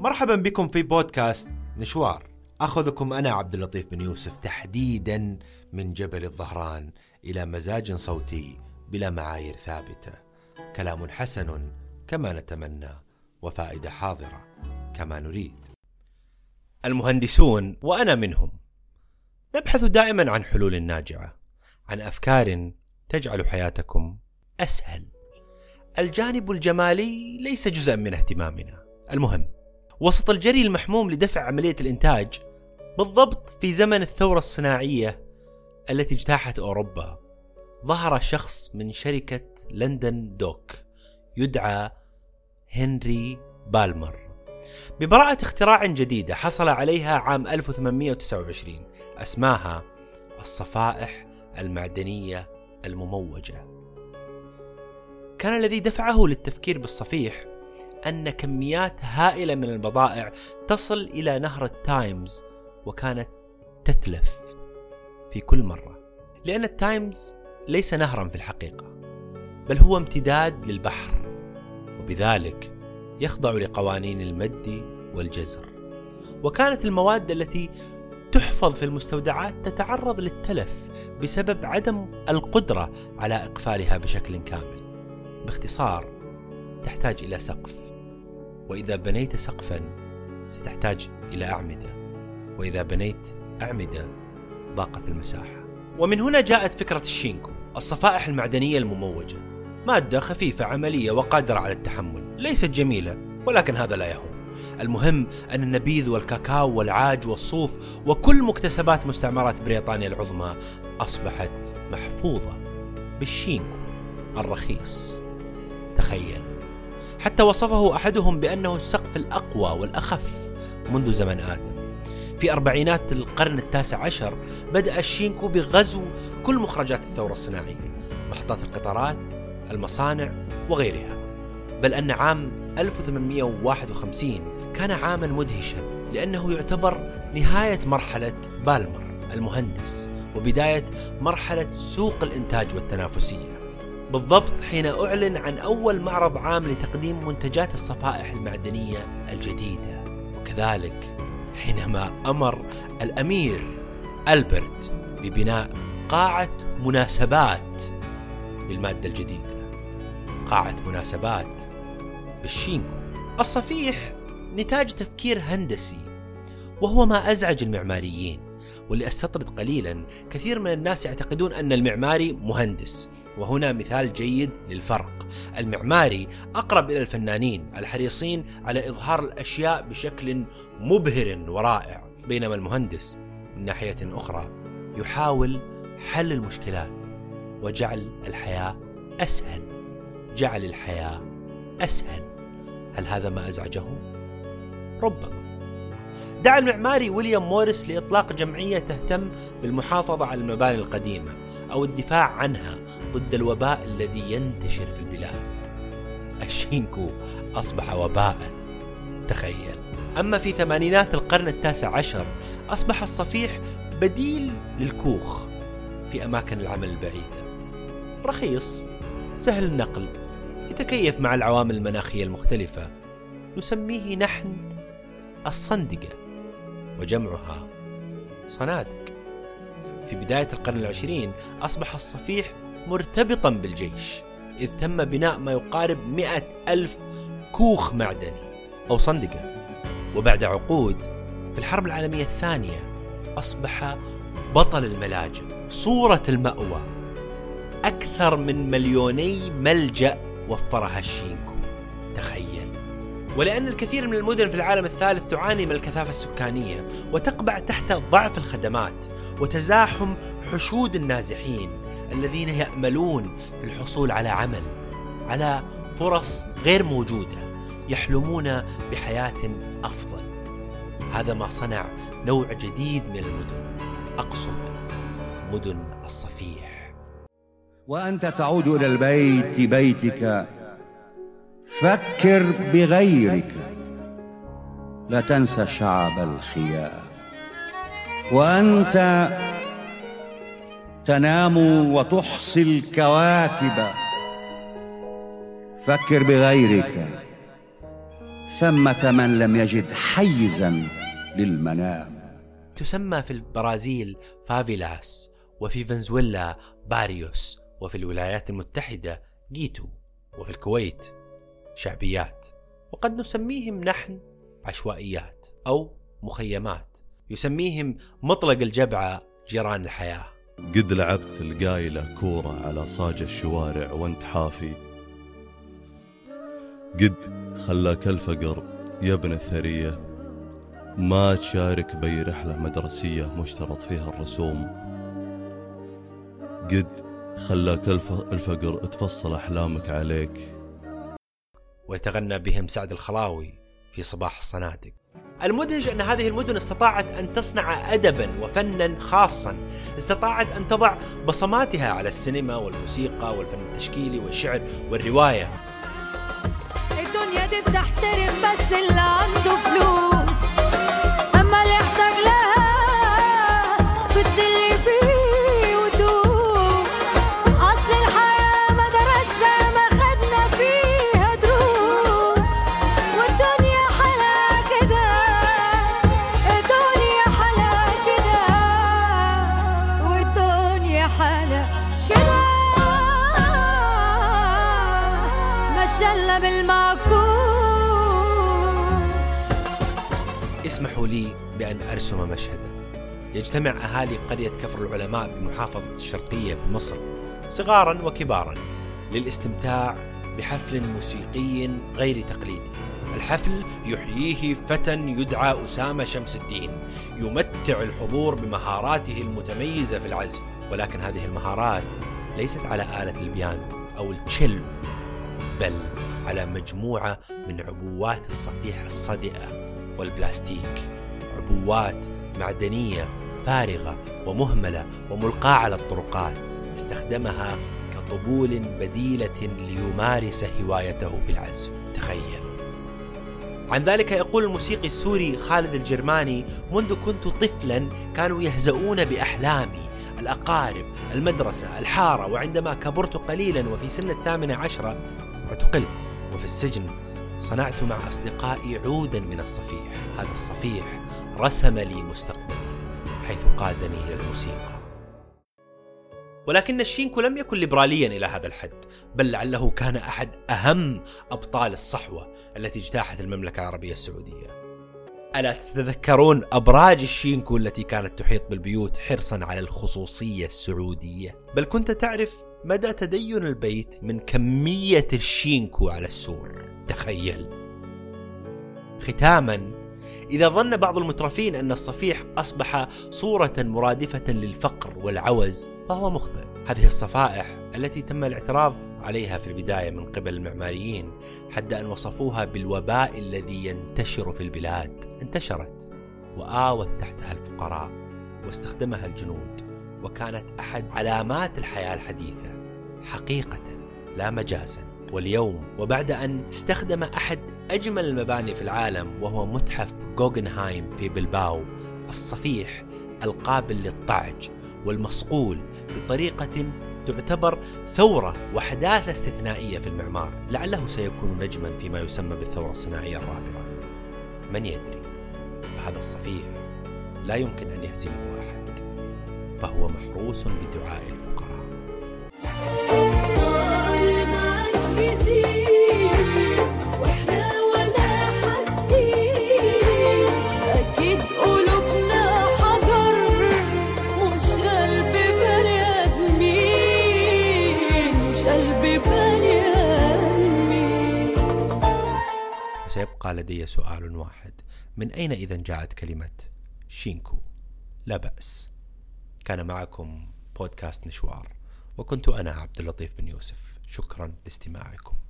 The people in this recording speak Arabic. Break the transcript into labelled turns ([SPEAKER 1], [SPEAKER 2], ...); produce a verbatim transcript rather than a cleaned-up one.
[SPEAKER 1] مرحبا بكم في بودكاست نشوار. أخذكم أنا عبد اللطيف بن يوسف تحديدا من جبل الظهران إلى مزاج صوتي بلا معايير ثابتة، كلام حسن كما نتمنى وفائدة حاضرة كما نريد. المهندسون وأنا منهم نبحث دائما عن حلول ناجعة، عن أفكار تجعل حياتكم أسهل. الجانب الجمالي ليس جزءا من اهتمامنا. المهم، وسط الجري المحموم لدفع عملية الإنتاج، بالضبط في زمن الثورة الصناعية التي اجتاحت أوروبا، ظهر شخص من شركة لندن دوك يدعى هنري بالمر ببراءة اختراع جديدة حصل عليها عام ألف وثمانمائة وتسعة وعشرين، أسماها الصفائح المعدنية المموجة. كان الذي دفعه للتفكير بالصفيح أن كميات هائلة من البضائع تصل إلى نهر التايمز، وكانت تتلف في كل مرة، لأن التايمز ليس نهرا في الحقيقة، بل هو امتداد للبحر، وبذلك يخضع لقوانين المد والجزر. وكانت المواد التي تحفظ في المستودعات تتعرض للتلف بسبب عدم القدرة على إقفالها بشكل كامل. باختصار، تحتاج إلى سقف، وإذا بنيت سقفا ستحتاج إلى أعمدة، وإذا بنيت أعمدة ضاقت المساحة. ومن هنا جاءت فكرة الشينكو، الصفائح المعدنية المموجة، مادة خفيفة عملية وقادرة على التحمل، ليست جميلة ولكن هذا لا يهم. المهم أن النبيذ والكاكاو والعاج والصوف وكل مكتسبات مستعمرات بريطانيا العظمى أصبحت محفوظة بالشينكو الرخيص. تخيل، حتى وصفه أحدهم بأنه السقف الأقوى والأخف منذ زمن آدم. في أربعينات القرن التاسع عشر بدأ الشينكو بغزو كل مخرجات الثورة الصناعية، محطات القطارات، المصانع وغيرها. بل أن عام ألف وثمانمائة وواحد وخمسين كان عاما مدهشا، لأنه يعتبر نهاية مرحلة بالمر المهندس وبداية مرحلة سوق الإنتاج والتنافسية، بالضبط حين أعلن عن أول معرض عام لتقديم منتجات الصفائح المعدنية الجديدة، وكذلك حينما أمر الأمير ألبرت ببناء قاعة مناسبات بالمادة الجديدة، قاعة مناسبات بالشينكو. الصفيح نتاج تفكير هندسي، وهو ما أزعج المعماريين. واللي أستطرد قليلا، كثير من الناس يعتقدون أن المعماري مهندس، وهنا مثال جيد للفرق. المعماري أقرب إلى الفنانين الحريصين على إظهار الأشياء بشكل مبهر ورائع، بينما المهندس من ناحية أخرى يحاول حل المشكلات وجعل الحياة أسهل. جعل الحياة أسهل. هل هذا ما أزعجهم؟ ربما. دعا المعماري ويليام موريس لإطلاق جمعية تهتم بالمحافظة على المباني القديمة أو الدفاع عنها ضد الوباء الذي ينتشر في البلاد. الشينكو أصبح وباء. تخيل. أما في ثمانينات القرن التاسع عشر أصبح الصفيح بديل للكوخ في أماكن العمل البعيدة، رخيص، سهل النقل، يتكيف مع العوامل المناخية المختلفة. نسميه نحن الصندقة، وجمعها صنادق. في بداية القرن العشرين أصبح الصفيح مرتبطا بالجيش، إذ تم بناء ما يقارب مئة ألف كوخ معدني أو صندقة. وبعد عقود في الحرب العالمية الثانية أصبح بطل الملاجئ، صورة المأوى. أكثر من مليوني ملجأ وفرها الشينكو. تخيل. ولأن الكثير من المدن في العالم الثالث تعاني من الكثافة السكانية وتقبع تحت ضعف الخدمات وتزاحم حشود النازحين الذين يأملون في الحصول على عمل، على فرص غير موجودة، يحلمون بحياة أفضل. هذا ما صنع نوع جديد من المدن، أقصد مدن الصفيح.
[SPEAKER 2] وأنت تعود إلى البيت بيتك، فكر بغيرك، لا تنسى شعب الخيام. وأنت تنام وتحصي الكواكب، فكر بغيرك، ثمة من لم يجد حيزا للمنام.
[SPEAKER 1] تسمى في البرازيل فافيلاس، وفي فنزويلا باريوس، وفي الولايات المتحدة جيتو، وفي الكويت شعبيات، وقد نسميهم نحن عشوائيات أو مخيمات. يسميهم مطلق الجبعة جيران الحياة.
[SPEAKER 3] قد لعبت القايلة كورة على صاج الشوارع وانت حافي، قد خلاك الفقر يا ابن الثرية ما تشارك بي رحلة مدرسية مشترط فيها الرسوم، قد خلاك الفقر تفصل أحلامك عليك.
[SPEAKER 1] ويتغنى بهم سعد الخلاوي في صباح الصنادق. المدهش أن هذه المدن استطاعت أن تصنع أدبا وفنا خاصا، استطاعت أن تضع بصماتها على السينما والموسيقى والفن التشكيلي والشعر والرواية.
[SPEAKER 4] الدنيا دي بتحترم بس اللي عنده فلوس، أما اللي يحتاج لها بتزلي فيه ودوس. أصل الحياة مدرسة ما خدنا فيها دروس، والدنيا حلا كده، الدنيا حلا كده، والدنيا حلا كده، مشالة بالمعكوس.
[SPEAKER 1] اسمحوا لي بأن أرسم مشهدا. يجتمع أهالي قرية كفر العلماء بمحافظة الشرقية بمصر صغارا وكبارا للاستمتاع بحفل موسيقي غير تقليدي. الحفل يحييه فتى يدعى أسامة شمس الدين، يمتع الحضور بمهاراته المتميزة في العزف، ولكن هذه المهارات ليست على آلة البيانو أو التشيلو، بل على مجموعة من عبوات الصفيح الصدئة والبلاستيك، عبوات معدنية فارغة ومهملة وملقاة على الطرقات، استخدمها كطبول بديلة ليمارس هوايته بالعزف. تخيل. عن ذلك يقول الموسيقي السوري خالد الجرماني: منذ كنت طفلا كانوا يهزؤون بأحلامي، الأقارب، المدرسة، الحارة، وعندما كبرت قليلا وفي سن الثامنة عشرة اعتقلت، وفي السجن صنعت مع أصدقائي عودا من الصفيح. هذا الصفيح رسم لي مستقبلي حيث قادني إلى الموسيقى. ولكن الشينكو لم يكن ليبراليا إلى هذا الحد، بل لعله كان أحد أهم أبطال الصحوة التي اجتاحت المملكة العربية السعودية. ألا تتذكرون أبراج الشينكو التي كانت تحيط بالبيوت حرصا على الخصوصية السعودية؟ بل كنت تعرف مدى تدين البيت من كمية الشينكو على السور. تخيل. ختاما، إذا ظن بعض المترفين أن الصفيح أصبح صورة مرادفة للفقر والعوز فهو مخطئ. هذه الصفائح التي تم الاعتراض عليها في البداية من قبل المعماريين حتى أن وصفوها بالوباء الذي ينتشر في البلاد، انتشرت وآوت تحتها الفقراء واستخدمها الجنود، وكانت أحد علامات الحياة الحديثة حقيقة لا مجازا. واليوم وبعد أن استخدم أحد أجمل المباني في العالم وهو متحف غوغنهايم في بلباو الصفيح القابل للطعج والمصقول بطريقة تعتبر ثورة وحداثة استثنائية في المعمار، لعله سيكون نجما فيما يسمى بالثورة الصناعية الرابعة. من يدري؟ فهذا الصفيح لا يمكن أن يهزمه أحد، فهو محروس بدعاء الفقراء. سيبقى لدي سؤال واحد: من أين إذن جاءت كلمة شينكو؟ لا بأس. كان معكم بودكاست نشوار، وكنت أنا عبد اللطيف بن يوسف. شكرا لاستماعكم.